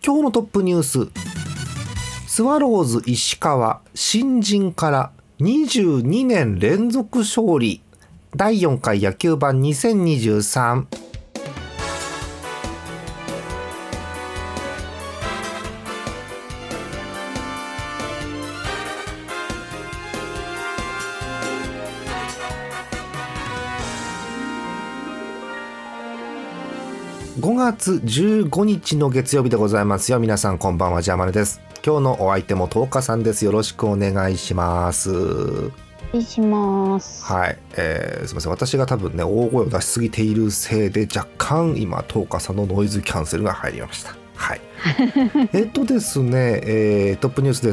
今日のトップニュース、スワローズ石川新人から22年連続勝利、第4回野球盤2023。5月15日の月曜日でございますよ。皆さんこんばんは、ジャーマネです。今日のお相手も10日さんです。よろしくお願いします。 お願いします。 はい、すみません、私が多分ね大声を出しすぎているせいで若干今10日さんのノイズキャンセルが入りました。はいですね、トップニュースです。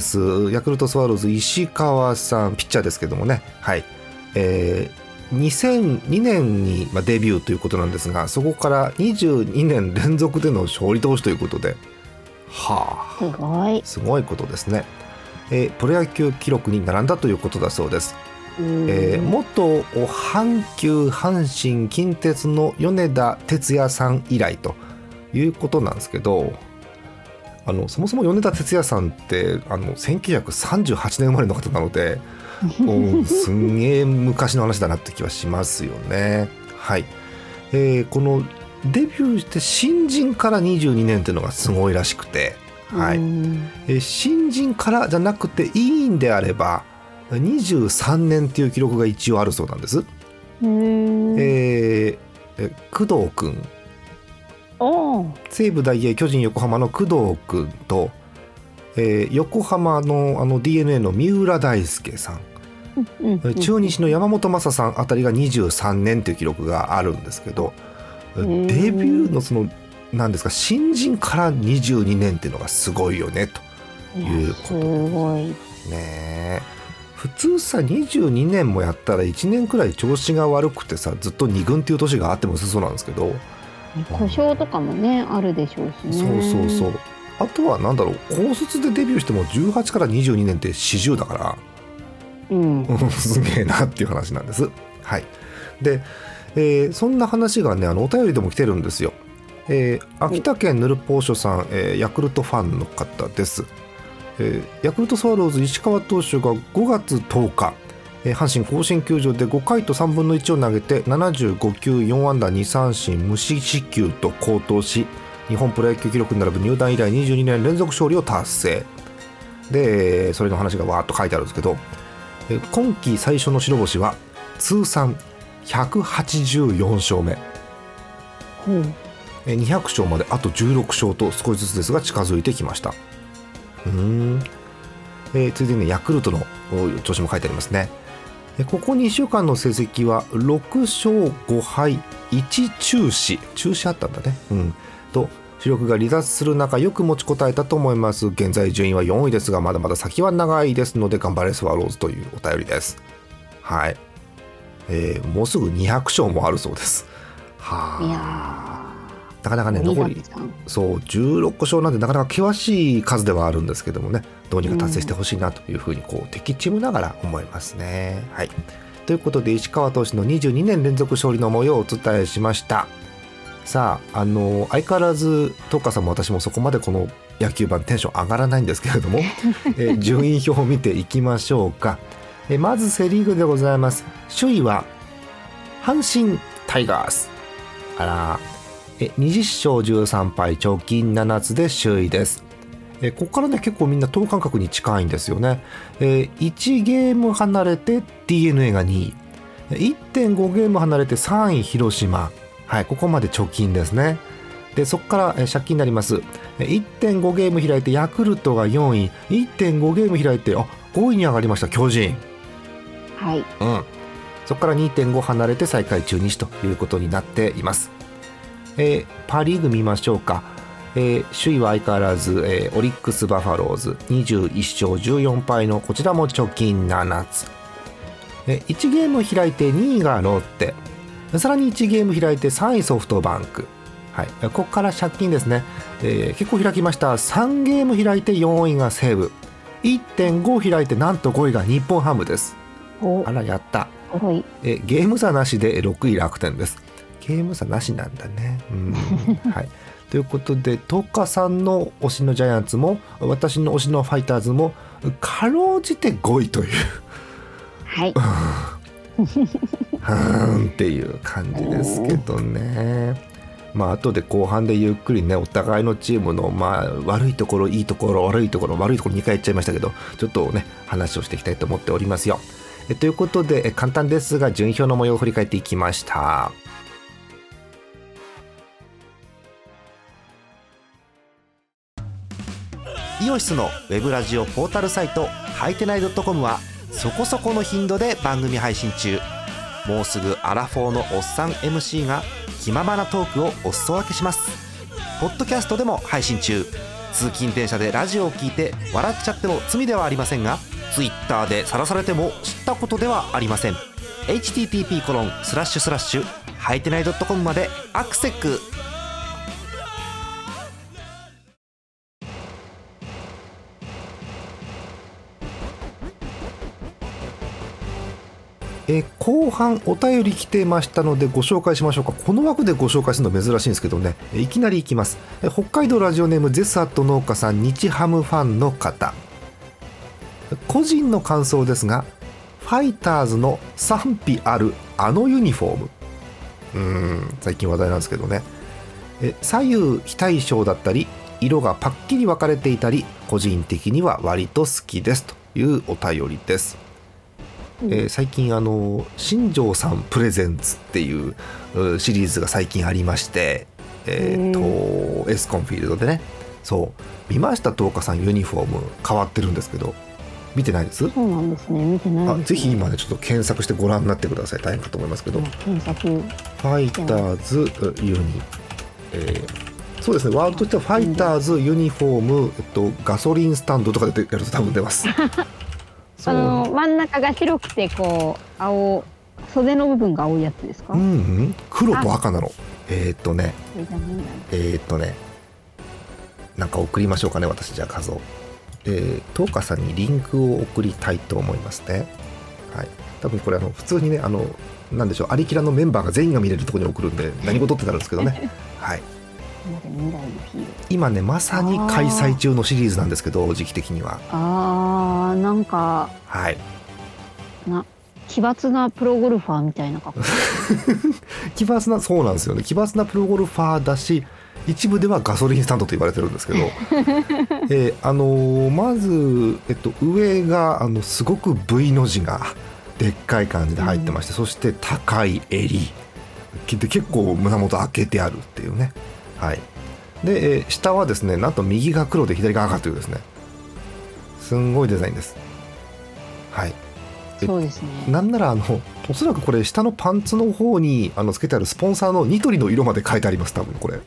ヤクルトスワローズ石川さん、ピッチャーですけどもね、はい、2002年にデビューということなんですが、そこから22年連続での勝利投手ということで、はあ、すごいことですね。プロ野球記録に並んだということだそうです。元阪急阪神近鉄の米田哲也さん以来ということなんですけど、そもそも米田哲也さんって1938年生まれの方なので、すんげえ昔の話だなって気はしますよね。はい、このデビューして新人から22年っていうのがすごいらしくて、はい、新人からじゃなくていいんであれば23年っていう記録が一応あるそうなんです。工藤くん、西武大英巨人横浜の工藤くんと、横浜の DNA の三浦大輔さん、中日の山本昌さんあたりが23年という記録があるんですけど、デビューのその何ですか、新人から22年っていうのがすごいよねということですね。普通さ22年もやったら1年くらい調子が悪くてさ、ずっと2軍っていう年があってもそうなんですけど、 故障とかもねあるでしょうしね。 そうあとはなんだろう、高卒でデビューしても18から22年って40だから、すげえなっていう話なんです。はい。で、そんな話がねお便りでも来てるんですよ。秋田県ヌルポーショさん、ヤクルトファンの方です。ヤクルトスワローズ石川投手が5月10日、阪神甲子園球場で5回と3分の1を投げて75球4安打2三振無四球と好投し、日本プロ野球記録に並ぶ入団以来22年連続勝利を達成で、それの話がわーっと書いてあるんですけど、今季最初の白星は通算184勝目、200勝まであと16勝と少しずつですが近づいてきました。続いてね、ヤクルトの調子も書いてありますね。ここ2週間の成績は6勝5敗1中止あったんだね、と主力が離脱する中よく持ちこたえたと思います。現在順位は4位ですがまだまだ先は長いですので頑張れスワローズというお便りです。はい、もうすぐ200勝もあるそうです。いやなかなかね残り16勝なんでなかなか険しい数ではあるんですけどもね、どうにか達成してほしいなというふうに敵チームながら思いますね。はい、ということで石川投手の22年連続勝利の模様をお伝えしました。さあ、相変わらずトカさんも私もそこまでこの野球盤テンション上がらないんですけれども順位表を見ていきましょうか。まずセリーグでございます。首位は阪神タイガース、20勝13敗貯金7つで首位です。ここからね結構みんな等間隔に近いんですよね。1ゲーム離れて DNA が2位、1.5 ゲーム離れて3位広島、はい、ここまで貯金ですね。でそこから借金になります。 1.5 ゲーム開いてヤクルトが4位、 1.5 ゲーム開いて5位に上がりました巨人、はい、そこから 2.5 離れて最下位中日ということになっています。パ・リーグ見ましょうか。首位は相変わらず、オリックスバファローズ21勝14敗のこちらも貯金7つ、1ゲーム開いて2位がロッテ、さらに1ゲーム開いて3位ソフトバンク、はい、ここから借金ですね、結構開きました。3ゲーム開いて4位が西武、1.5 開いてなんと5位が日本ハムです。あらやった。ゲーム差なしで6位楽天です。ゲーム差なしなんだね、はい、 ということでトカさんの推しのジャイアンツも私の推しのファイターズもかろうじて5位というはいっていう感じですけどね。まあ後で後半でゆっくりねお互いのチームの悪いところいいところ悪いところ2回言っちゃいましたけど、ちょっとね話をしていきたいと思っておりますよ。ということで簡単ですが順位表の模様を振り返っていきました。イオシスのウェブラジオポータルサイトはいてない .com はそこそこの頻度で番組配信中。もうすぐアラフォーのおっさん MC が気ままなトークをお裾分けします。ポッドキャストでも配信中。通勤電車でラジオを聞いて笑っちゃっても罪ではありませんが、ツイッターで晒されても知ったことではありません。 http:// はいてない .com までアクセック。後半お便り来てましたのでご紹介しましょうか。この枠でご紹介するの珍しいんですけどね、いきなりいきます。北海道ラジオネームゼスアット農家さん、日ハムファンの方。個人の感想ですが、ファイターズの賛否あるあのユニフォーム、最近話題なんですけどね、左右非対称だったり色がパッキリ分かれていたり個人的には割と好きですというお便りです。最近新庄さんプレゼンツっていうシリーズが最近ありまして、エスコンフィールドでね、そう見ました。東花さんユニフォーム変わってるんですけど見てないです？ そうなんですね、見てないですね。 ぜひ今ねちょっと検索してご覧になってください。大変かと思いますけど、 検索ファイターズユニ、そうですね、ワードとしてはファイターズユニフォーム、ガソリンスタンドとかでやると多分出ます真ん中が白くてこう青、袖の部分が青いやつですか？ 黒と赤なの。なんか送りましょうかね、私。じゃあ画像、東花さんにリンクを送りたいと思いますね。はい、多分これ普通にねなんでしょう、アリキラのメンバーが全員が見れるところに送るんで何事ってなるんですけどねはい、今ねまさに開催中のシリーズなんですけど、時期的にはなんか奇抜なプロゴルファーみたいな格好奇抜な、そうなんですよね、奇抜なプロゴルファーだし、一部ではガソリンスタンドと言われてるんですけどまず、上がすごく V の字がでっかい感じで入ってまして、そして高い襟で結構胸元開けてあるっていうね。はい、で、下はですね、なんと右が黒で左が赤というですね、すんごいデザインです。はい、 そうですね。 なんならおそらくこれ下のパンツの方につけてあるスポンサーのニトリの色まで書いてあります、多分これ。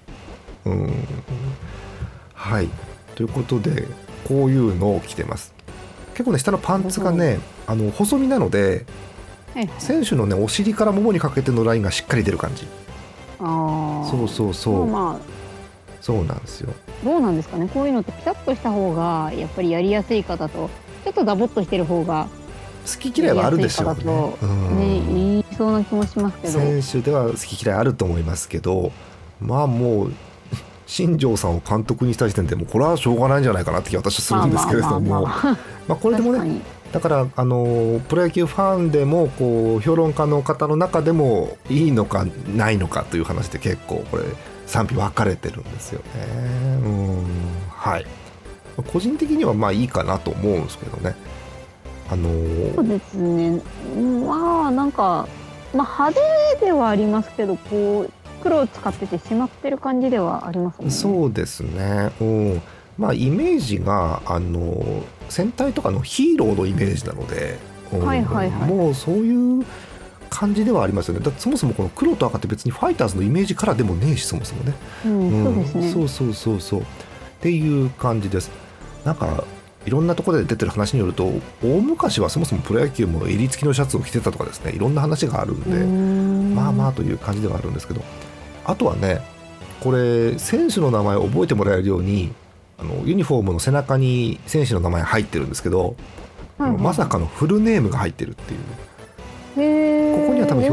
はい、ということでこういうのを着てます。結構ね下のパンツがね細身なので、選手のねお尻からももにかけてのラインがしっかり出る感じ。そうそうなんですよ。 どうなんですかね、こういうのってピタッとした方がやっぱりやりやすい方と、ちょっとダボっとしてる方が好き嫌いはあるでしょうね。 言いそうな気もしますけど、 選手では好き嫌いあると思いますけど、もう新庄さんを監督にした時点でもうこれはしょうがないんじゃないかなって気は私はするんですけれども、これでもね、だからプロ野球ファンでも評論家の方の中でもいいのかないのかという話で結構これ賛否分かれてるんですよね。はい、個人的にはいいかなと思うんですけどね。 そうですね、なんか、派手ではありますけど、黒を使っててしまってる感じではありますね。 そうですね、イメージが戦隊とかのヒーローのイメージなので、もうそういう感じではありますよね。だってそもそもこの黒と赤って別にファイターズのイメージからでもねえし、そもそもね。 そうですね。 そうっていう感じです。なんかいろんなところで出てる話によると、大昔はそもそもプロ野球も襟付きのシャツを着てたとかですね、いろんな話があるんで、という感じではあるんですけど、あとはね、これ選手の名前を覚えてもらえるようにユニフォームの背中に選手の名前入ってるんですけど、まさかのフルネームが入ってるっていう。ここには多分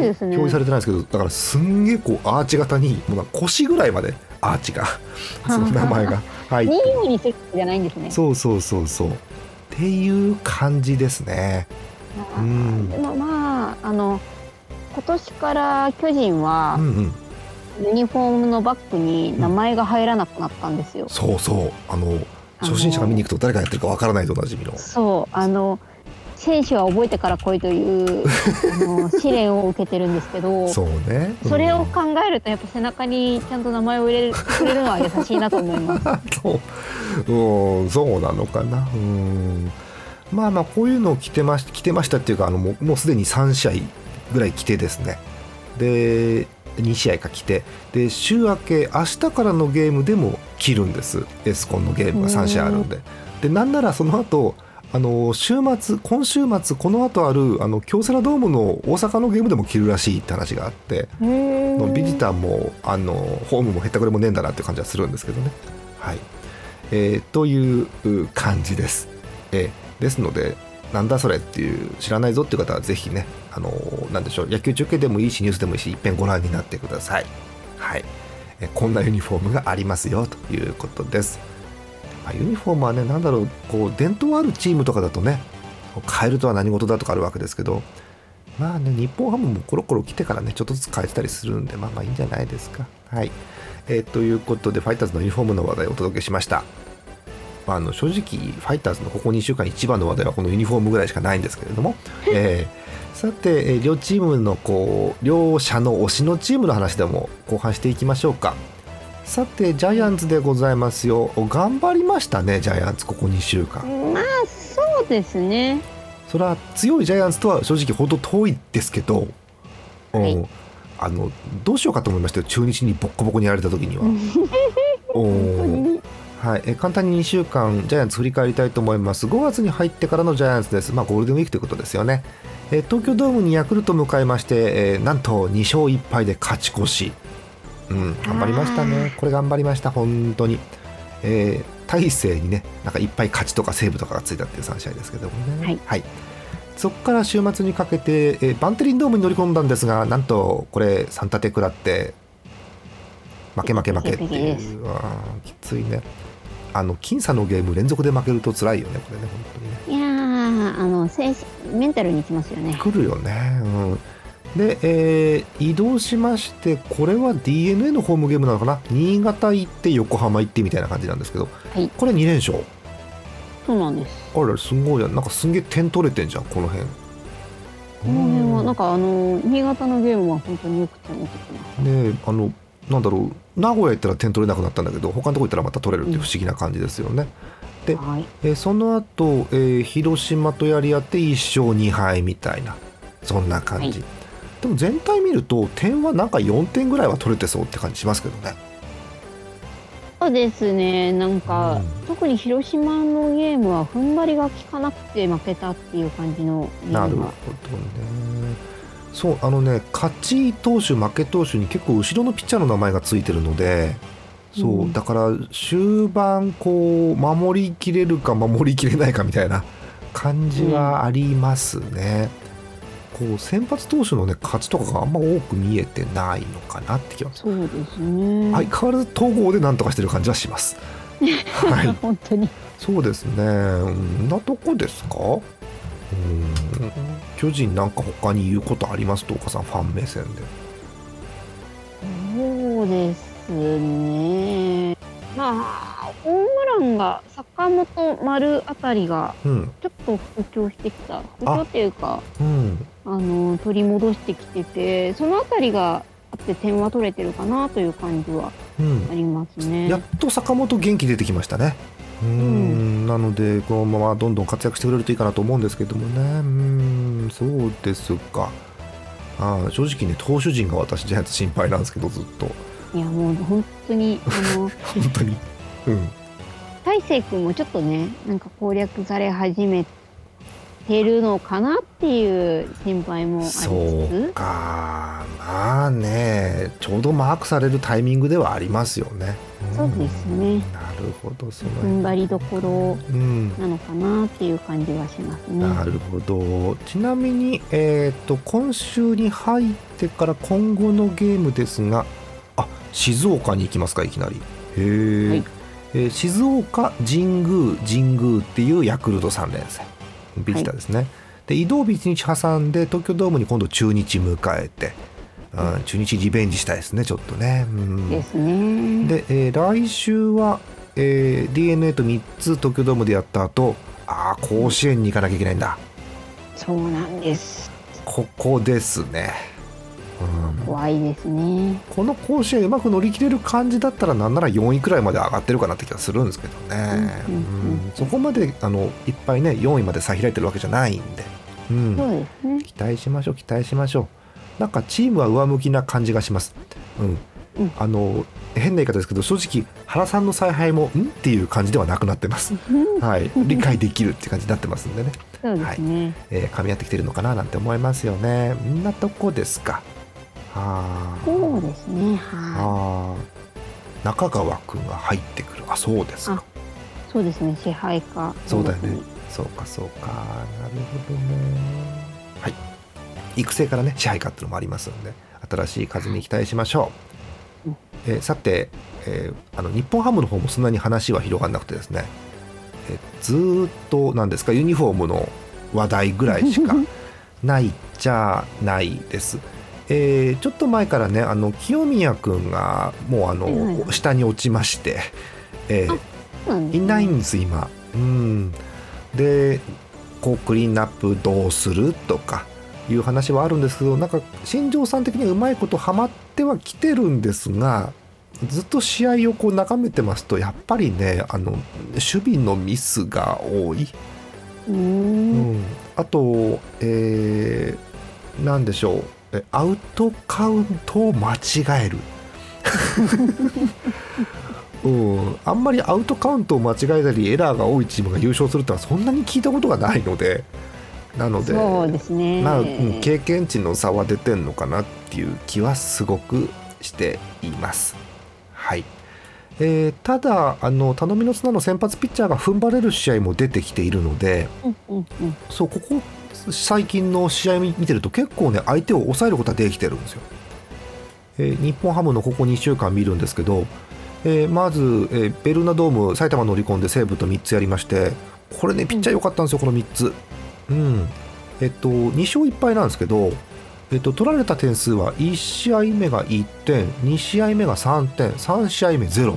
ですね。 表示されてないんですけど、だからすんげえこうアーチ型にもうなんか腰ぐらいまでアーチがその名前が入っていいようにするじゃないんですね。 そうっていう感じですね。 でもまあ今年から巨人は、ユニフォームのバッグに名前が入らなくなったんですよ。 そう初心者が見に行くと誰がやってるかわからないとおなじみの。 選手は覚えてから来いという試練を受けてるんですけど、 そうね、 それを考えるとやっぱ背中にちゃんと名前を入れてくれるのは優しいなと思いますそうなのかな。まあこういうのを着てましたっていうかもうすでに3試合ぐらい着てですね、で2試合か着て、で週明け明日からのゲームでも着るんです。エスコンのゲームが3試合あるんで、なんならその後今週末この後ある京セラドームの大阪のゲームでも着るらしいって話があって、ビジターもホームもへったくれもねえんだなって感じはするんですけどね。はい、という感じです。ですのでなんだそれっていう知らないぞっていう方はぜひねなんでしょう、野球中継でもいいしニュースでもいいし一遍ご覧になってください。はい、こんなユニフォームがありますよということです。ユニフォームはね、なんだろう、こう伝統あるチームとかだとね、変えるとは何事だとかあるわけですけど、まあね、日本ハムもコロコロ来てからねちょっとずつ変えてたりするんで、まあいいんじゃないですか。はい、ということでファイターズのユニフォームの話題をお届けしました。正直ファイターズのここ2週間一番の話題はこのユニフォームぐらいしかないんですけれども、さて、両チームの両者の推しのチームの話でも後半していきましょうか。さてジャイアンツでございますよ。頑張りましたねジャイアンツ、ここ2週間。 まあそうですね。 それは強いジャイアンツとは正直ほど遠いですけど、はい、どうしようかと思いましたよ、中日にボッコボコにやられた時にははい、簡単に2週間ジャイアンツ振り返りたいと思います。5月に入ってからのジャイアンツです。ゴールデンウィークということですよね。東京ドームにヤクルトを迎えまして、なんと2勝1敗で勝ち越し、頑張りましたね。これ頑張りました本当に。大勢にねなんかいっぱい勝ちとかセーブとかがついたっていう3試合ですけどもね。はい、そこから週末にかけて、バンテリンドームに乗り込んだんですが、なんとこれ3立て食らって負けっていう、きついね。僅差のゲーム連続で負けると辛いよねこれね、本当にね。 いやメンタルにきますよね。 来るよね。で、移動しまして、これは DNA のホームゲームなのかな、新潟行って横浜行ってみたいな感じなんですけど、はい、これ2連勝。 そうなんです。 あれすごいやん、なんかすんげえ点取れてんじゃんこの辺。 この辺はなんか新潟のゲームは本当によく点を取ってますね。なんだろう、名古屋行ったら点取れなくなったんだけど他のとこ行ったらまた取れるっていう不思議な感じですよね。で、はい、その後、広島とやり合って1勝2敗みたいなそんな感じ、はい、でも全体見ると点はなんか4点ぐらいは取れてそうって感じしますけどね。 そうですね、なんか、特に広島のゲームは踏ん張りが効かなくて負けたっていう感じのゲームが。なるほどね。 そう勝ち投手負け投手に結構後ろのピッチャーの名前がついてるので、そうだから終盤こう守りきれるか守りきれないかみたいな感じはありますね。こう先発投手のね勝ちとかがあんま多く見えてないのかなって気がする。 そうですね。 相変わらず統合でなんとかしてる感じはしますはい、 本当にそうですね。んなとこですか。巨人なんか他に言うことありますと、岡さんファン目線で。 そうですね、まあホームランが坂本丸あたりがちょっと復調してきた、復調っていうか、取り戻してきてて、そのあたりがあって点は取れてるかなという感じはありますね。 やっと坂本元気出てきましたね。なのでこのままどんどん活躍してくれるといいかなと思うんですけどもね。そうですか。正直ね投手陣が私ジャイアンツ心配なんですけど、ずっと。 いやもう本当に本当に大勢君もちょっとねなんか攻略され始めてるのかなっていう心配もありつつ。 そうか、まあね、ちょうどマークされるタイミングではありますよね。 そうですね。 なるほど、その踏ん張りどころなのかなっていう感じはしますね。 なるほど。ちなみに、今週に入ってから今後のゲームですが、静岡に行きますか、いきなり。へえ、はい。静岡、神宮っていうヤクルト3連戦ビジターですね、はい。で移動日1日挟んで東京ドームに今度中日迎えて、中日リベンジしたいですね、ちょっとね。 ですね。 で、来週は、DNA と3つ東京ドームでやった後、甲子園に行かなきゃいけないんだ。 そうなんです。 ここですね。 怖いですね。 この甲子園うまく乗り切れる感じだったら、なんなら4位くらいまで上がってるかなって気がするんですけどね。そこまでいっぱいね4位まで差開いてるわけじゃないんで、 そうですね。 期待しましょう。なんかチームは上向きな感じがします。変な言い方ですけど、正直原さんの采配もっていう感じではなくなってます。はい、理解できるっていう感じになってますんでね。 そうですね。 噛み合ってきてるのかななんて思いますよね。みんなとこですか。 そうですね。 中川くんが入ってくる。そうですか。 そうですね。支配下。 そうだよね。そうか。なるほどね。はい。育成からね支配下っていうのもありますので、新しい風に期待しましょう。さて、日本ハムの方もそんなに話は広がらなくてですね、ずっとなんですか、ユニフォームの話題ぐらいしかないじゃないです。ちょっと前からね、清宮くんがもう下に落ちまして、いないんです今。でこうクリーンナップどうするとかいう話はあるんですけど、なんか新庄さん的にはうまいことハマってはきてるんですが、ずっと試合をこう眺めてますと、やっぱりね守備のミスが多い。あと、なんでしょう、アウトカウントを間違える。あんまりアウトカウントを間違えたりエラーが多いチームが優勝するってのはそんなに聞いたことがないので、 そうですね。 経験値の差は出てんのかなっていう気はすごくしています。はい。ただ頼みの綱の先発ピッチャーが踏ん張れる試合も出てきているので、そうここ最近の試合見てると結構ね相手を抑えることはできてるんですよ。日本ハムのここ2週間見るんですけど、まず、ベルーナドーム埼玉乗り込んで西武と3つやりまして、これねピッチャー良かったんですよ、この3つ。2勝1敗なんですけど、取られた点数は1試合目が1点、2試合目が3点、3試合目0。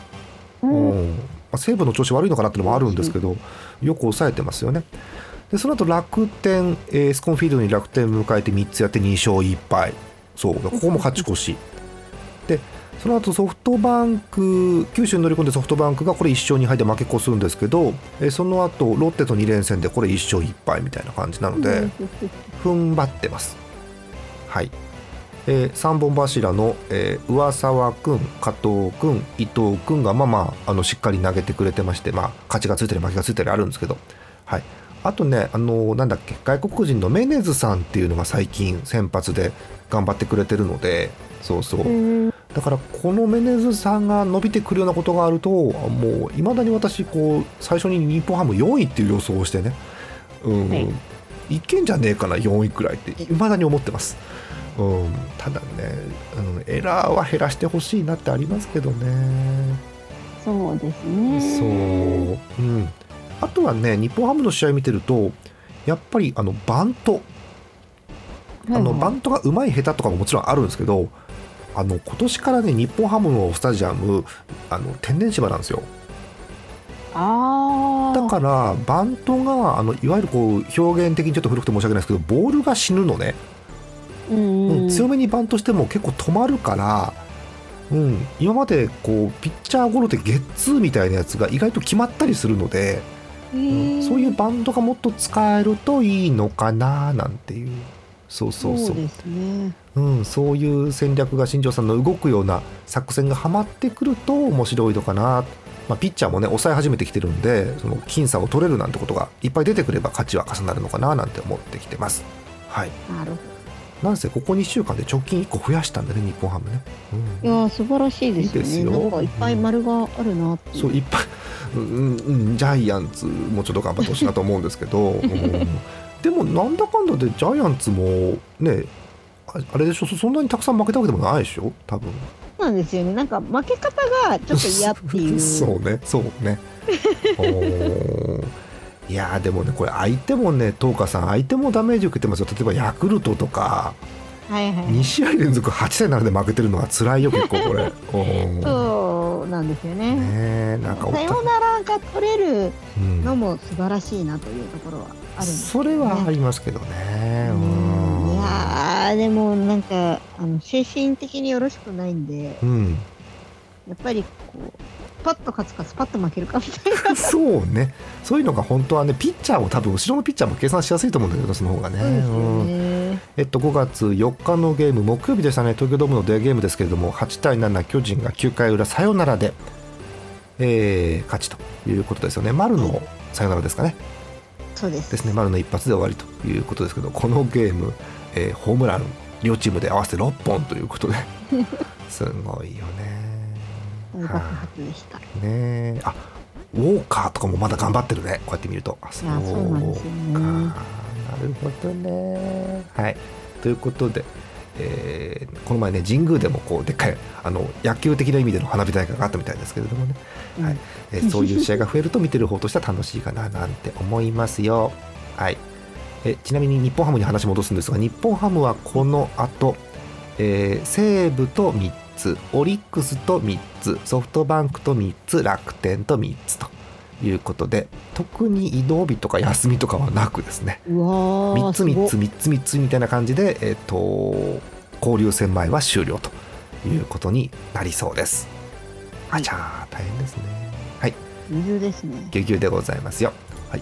西武の調子悪いのかなっていうのもあるんですけど、よく抑えてますよね。でその後楽天、エスコンフィールドに楽天迎えて3つやって2勝1敗。そうここも勝ち越しで、その後ソフトバンク、九州に乗り込んでソフトバンクがこれ1勝2敗で負け越すんですけど、その後ロッテと2連戦でこれ1勝1敗みたいな感じなので踏ん張ってます。はい。3本柱の、上沢君、加藤君、伊藤君がしっかり投げてくれてまして、勝ちがついたり負けがついたりあるんですけど、はい。あとね、なんだっけ、外国人のメネズさんっていうのが最近先発で頑張ってくれてるので、だからこのメネズさんが伸びてくるようなことがあると、もういまだに私最初に日本ハム4位っていう予想をしてね、いけんじゃねえかな4位くらいっていまだに思ってます。ただね、エラーは減らしてほしいなってありますけどね。 そうですね。 あとはね、日本ハムの試合見てるとやっぱりバント、バントがうまい下手とかももちろんあるんですけど、今年からね日本ハムのスタジアム天然芝なんですよ。だからバントがいわゆる表現的にちょっと古くて申し訳ないですけど、ボールが死ぬのね。強めにバントしても結構止まるから、今までピッチャーゴロでゲッツーみたいなやつが意外と決まったりするので、そういうバントがもっと使えるといいのかななんていう、そうですね。 そういう戦略が新庄さんの動くような作戦がはまってくると面白いのかな。 ピッチャーもね抑え始めてきてるんで、その僅差を取れるなんてことがいっぱい出てくれば価値は重なるのかななんて思ってきてます。はい。 なるほど。なんせここ2週間で直近1個増やしたんでね、日本ハムね。 いや素晴らしいですよね。いいですよ。なんかいっぱい丸があるなって。 そういっぱい、ジャイアンツもちょっと頑張ってほしいなと思うんですけど、でもなんだかんだでジャイアンツもね、あれでしょ、そんなにたくさん負けたわけでもないでしょ多分。 そうなんですよね。なんか負け方がちょっと嫌っていうそうねいやでもね、これ相手もね、東花さん相手もダメージ受けてますよ。例えばヤクルトとか、2試合連続8対7で負けてるのは辛いよ結構これそうなんですよね。なんかサヨナラが取れるのも素晴らしいなというところはあるんです、ね、 それはありますけどね。 いやでもなんか精神的によろしくないんで、やっぱりこうパッと勝つかスパッと負けるかみたいなそうね、そういうのが本当はね、ピッチャーも多分後ろのピッチャーも計算しやすいと思うんだけど、その方がね。そうですよね。5月4日のゲーム、木曜日でしたね。東京ドームのデーゲームですけれども、8対7、巨人が9回裏サヨナラで、勝ちということですよね。丸のサヨナラですかね。 そうですね。丸の一発で終わりということですけど、このゲーム、ホームラン両チームで合わせて6本ということですごいよね。 爆発でしたね。あ、ウォーカーとかもまだ頑張ってるね、こうやって見ると。 そうなんですよね。 なるほどね。はい、ということで、この前ね神宮でもこうでっかい野球的な意味での花火大会があったみたいですけれどもね、はい、そういう試合が増えると見てる方としては楽しいかななんて思いますよ。はい。ちなみに日本ハムに話戻すんですが、日本ハムはこの後、西武と3つ、オリックスと3つ、ソフトバンクと3つ、楽天と3つということで、特に移動日とか休みとかはなくですね、3つ3つ3つ3つみたいな感じで、交流戦前は終了ということになりそうです。あちゃー大変ですね。はい、 ぎゅうぎゅうですね。 ぎゅうぎゅうでございますよ。はい、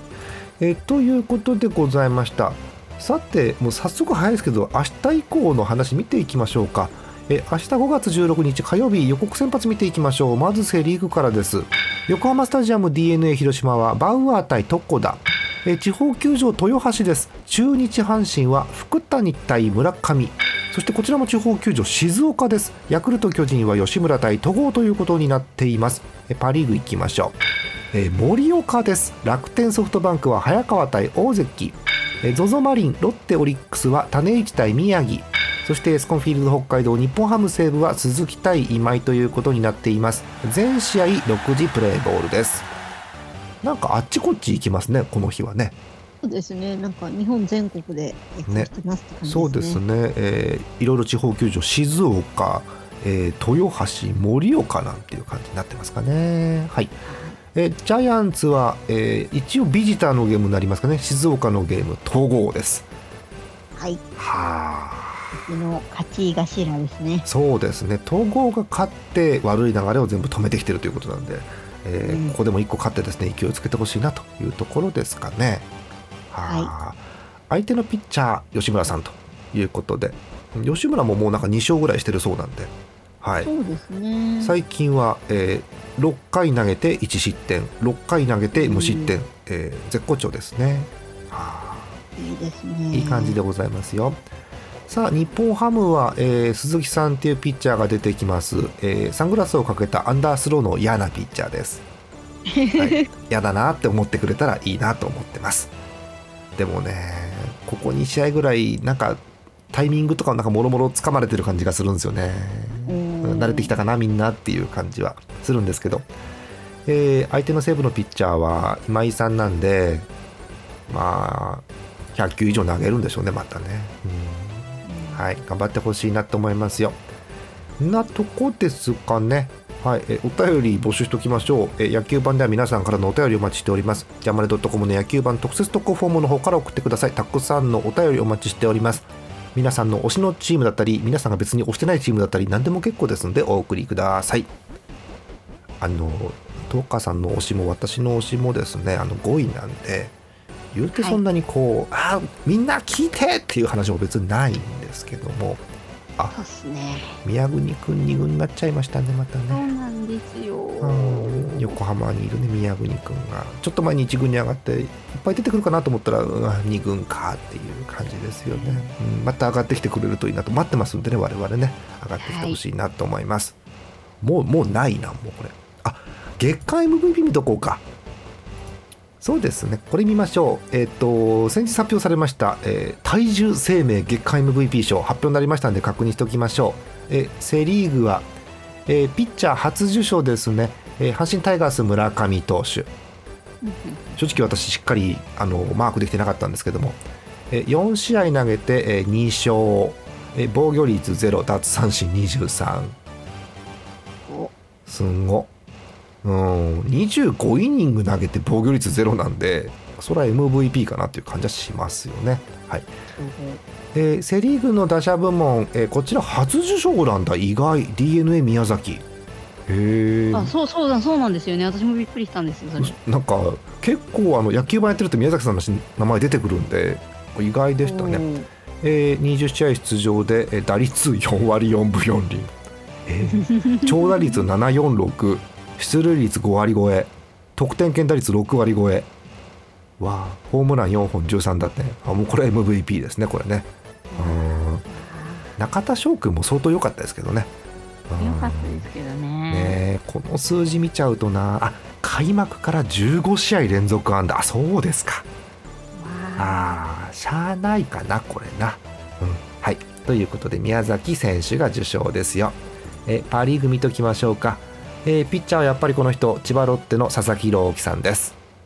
ということでございました。さてもう早速早いですけど、明日以降の話見ていきましょうか。明日5月16日火曜日、予告先発見ていきましょう。まずセリーグからです。横浜スタジアム DNA 広島はバウアー対床田。地方球場豊橋です。中日阪神は福谷対村上。そしてこちらも地方球場静岡です。ヤクルト巨人は吉村対戸郷ということになっています。パリーグ行きましょう。盛岡です。楽天ソフトバンクは早川対大関。ZOZO マリンロッテオリックスは種市対宮城。そしてエスコンフィールド北海道日本ハム西武は鈴木対今井ということになっています。全試合6時プレーボールです。なんかあっちこっち行きますね、この日はね。 そうですね、なんか日本全国でやってますって感じですね。 そうですね、いろいろ地方球場静岡、豊橋盛岡なんていう感じになってますかね。はい。ジャイアンツは、一応ビジターのゲームになりますかね。静岡のゲーム統合です。 はい。 はあ、 の勝ち頭ですね。 そうですね、統合が勝って悪い流れを全部止めてきてるということなんで、ここでも1個勝ってですね、勢いをつけてほしいなというところですかね。はい。相手のピッチャー吉村さんということで、吉村ももうなんか2勝ぐらいしてるそうなんで、はい、 そうですね、 最近は、6回投げて1失点、6回投げて無失点、絶好調ですね。 いいですね。 いい感じでございますよ。さあ日本ハムは、鈴木さんっていうピッチャーが出てきます。サングラスをかけたアンダースローの嫌なピッチャーです。はい、嫌だなって思ってくれたらいいなと思ってます。でもね、ここ2試合ぐらいなんかタイミングとかなんかもろもろ掴まれてる感じがするんですよね。慣れてきたかなみんなっていう感じはするんですけど、相手の西武のピッチャーは今井さんなんで、まあ100球以上投げるんでしょうね、またね。はい、頑張ってほしいなと思いますよ。なとこですかね。はい、お便り募集しておきましょう。野球版では皆さんからのお便りお待ちしております。ジャマネ .com の野球版特設投稿フォームの方から送ってください。たくさんのお便りお待ちしております。皆さんの推しのチームだったり、皆さんが別に推してないチームだったり、何でも結構ですのでお送りください。東花さんの推しも私の推しもですね、5位なんで、言うてそんなにこう、はい、みんな聞いてっていう話も別にないんですけども、 そうですね、 宮國くん2軍になっちゃいましたね、またね。 そうなんですよ。 横浜にいるね宮國君がちょっと前に1軍に上がっていっぱい出てくるかなと思ったら、2軍かっていう感じですよね、また上がってきてくれるといいなと待ってますんでね、我々ね上がってきてほしいなと思います、もうないな、もうこれ月間 MVP 見とこうか。そうですね、これ見ましょう。先日発表されました、体重生命月間 MVP 賞発表になりましたので確認しておきましょう。セリーグは、ピッチャー初受賞ですね、阪神タイガース村上投手。正直私しっかりマークできてなかったんですけども、4試合投げて、2勝、防御率0、奪三振23。すんご25イニング投げて防御率0なんで、それは MVP かなという感じはしますよね。はい。セリーグの打者部門、こちら初受賞なんだ、意外。 DNA 宮崎。 そうなんですよね。私もびっくりしたんですよ、それ。 なんか結構野球盤やってると宮崎さんの名前出てくるんで意外でしたね。20試合出場で打率4割4分4厘、長打率746、出塁率5割超え、得点圏打率6割超え、わあ、ホームラン4本13打点、もうこれ MVP ですね、これね。中田翔君も相当良かったですけどね。 良かったですけどね。 この数字見ちゃうとな、開幕から15試合連続安打、そうですか。しゃあないかなこれな。はい、ということで宮崎選手が受賞ですよ。パ・リーグ見ときましょうか。ピッチャーはやっぱりこの人、千葉ロッテの佐々木朗希さんです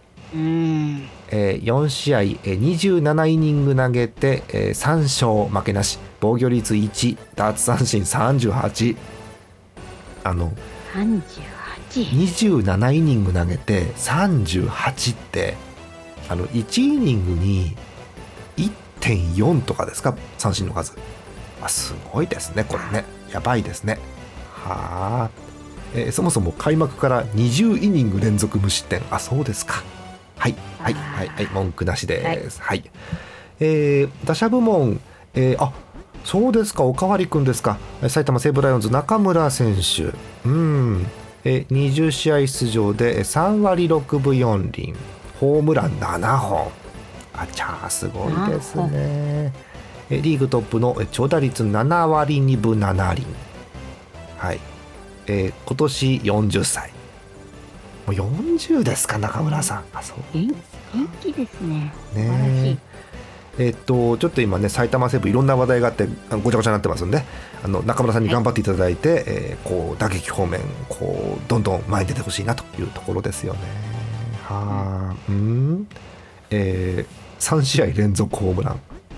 。4試合、27イニング投げて、3勝負けなし、防御率1、奪三振38。27イニング投げて38って1イニングに 1.4 とかですか、三振の数。すごいですねこれね、やばいですね。はあ、そもそも開幕から20イニング連続無失点。そうですか。はいはいはいはい、文句なしです。はい、打者部門、そうですか、おかわりくんですか。埼玉西武ライオンズ中村選手、20試合出場で3割6分4厘、ホームラン7本。すごいですね。リーグトップの長打率7割2分7厘。はい、今年40歳。もう40ですか、中村さん。そう元気ですね。素晴らしい。 ちょっと今ね、埼玉西武いろんな話題があってごちゃごちゃになってますんで、中村さんに頑張っていただいて、こう打撃方面どんどん前に出てほしいなというところですよね。3試合連続ホームラン。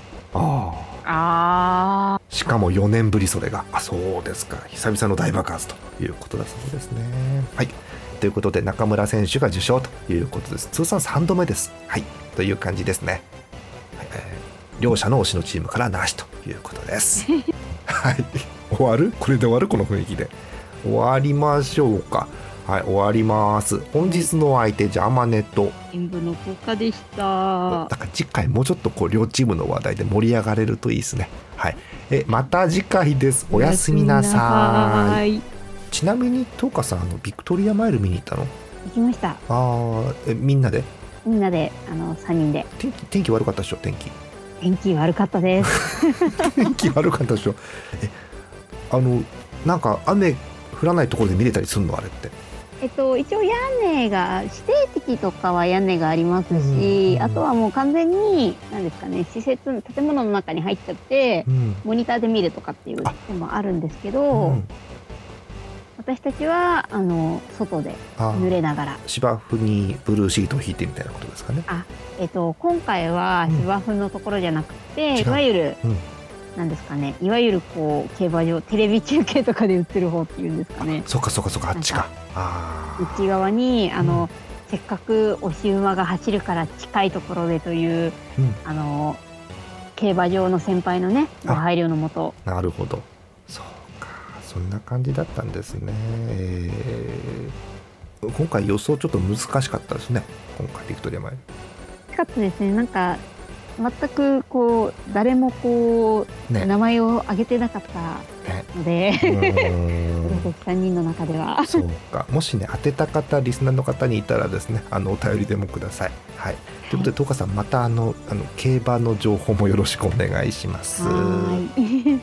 しかも4年ぶり、それが。そうですか、久々の大爆発ということだそうですね。はい、ということで中村選手が受賞ということです。通算3度目です。はい、という感じですね。両者の推しのチームからなしということですはい、終わる？これで終わる？この雰囲気で終わりましょうか。はい、終わります。本日の相手、ジャマネと演舞の効果でした。 なんか次回もうちょっと両チームの話題で盛り上がれるといいですね。はい、また次回です。おやすみなさい。ちなみにトーカさん、ビクトリアマイル見に行ったの？ 行きました。 みんなで 3人で。 天気悪かったでしょ？天気悪かったです天気悪かったでしょ。なんか雨降らないところで見れたりするの、あれって？ 一応屋根が指定席とかは屋根がありますし、あとはもう完全に何ですかね、建物の中に入っちゃって、モニターで見るとかっていう手もあるんですけど、私たちは外で濡れながら芝生にブルーシートを引いてみたいなことですかね。 今回は芝生のところじゃなくて、いわゆる、なんですかね、いわゆる競馬場、テレビ中継とかで売ってる方っていうんですかね。 そっかあっちか。 内側にせっかく押し馬が走るから近いところでという、競馬場の先輩のねご配慮のもと。なるほど、そうか、そんな感じだったんですね。今回予想ちょっと難しかったですね。今回ビクトリアマイル難しかったですね。なんか全く誰も名前を挙げてなかったので、 私3人の中では。 そうか、もしね当てた方リスナーの方にいたらですね、お便りでもください。はい、ということで、東花さんまた競馬の情報もよろしくお願いします。 はい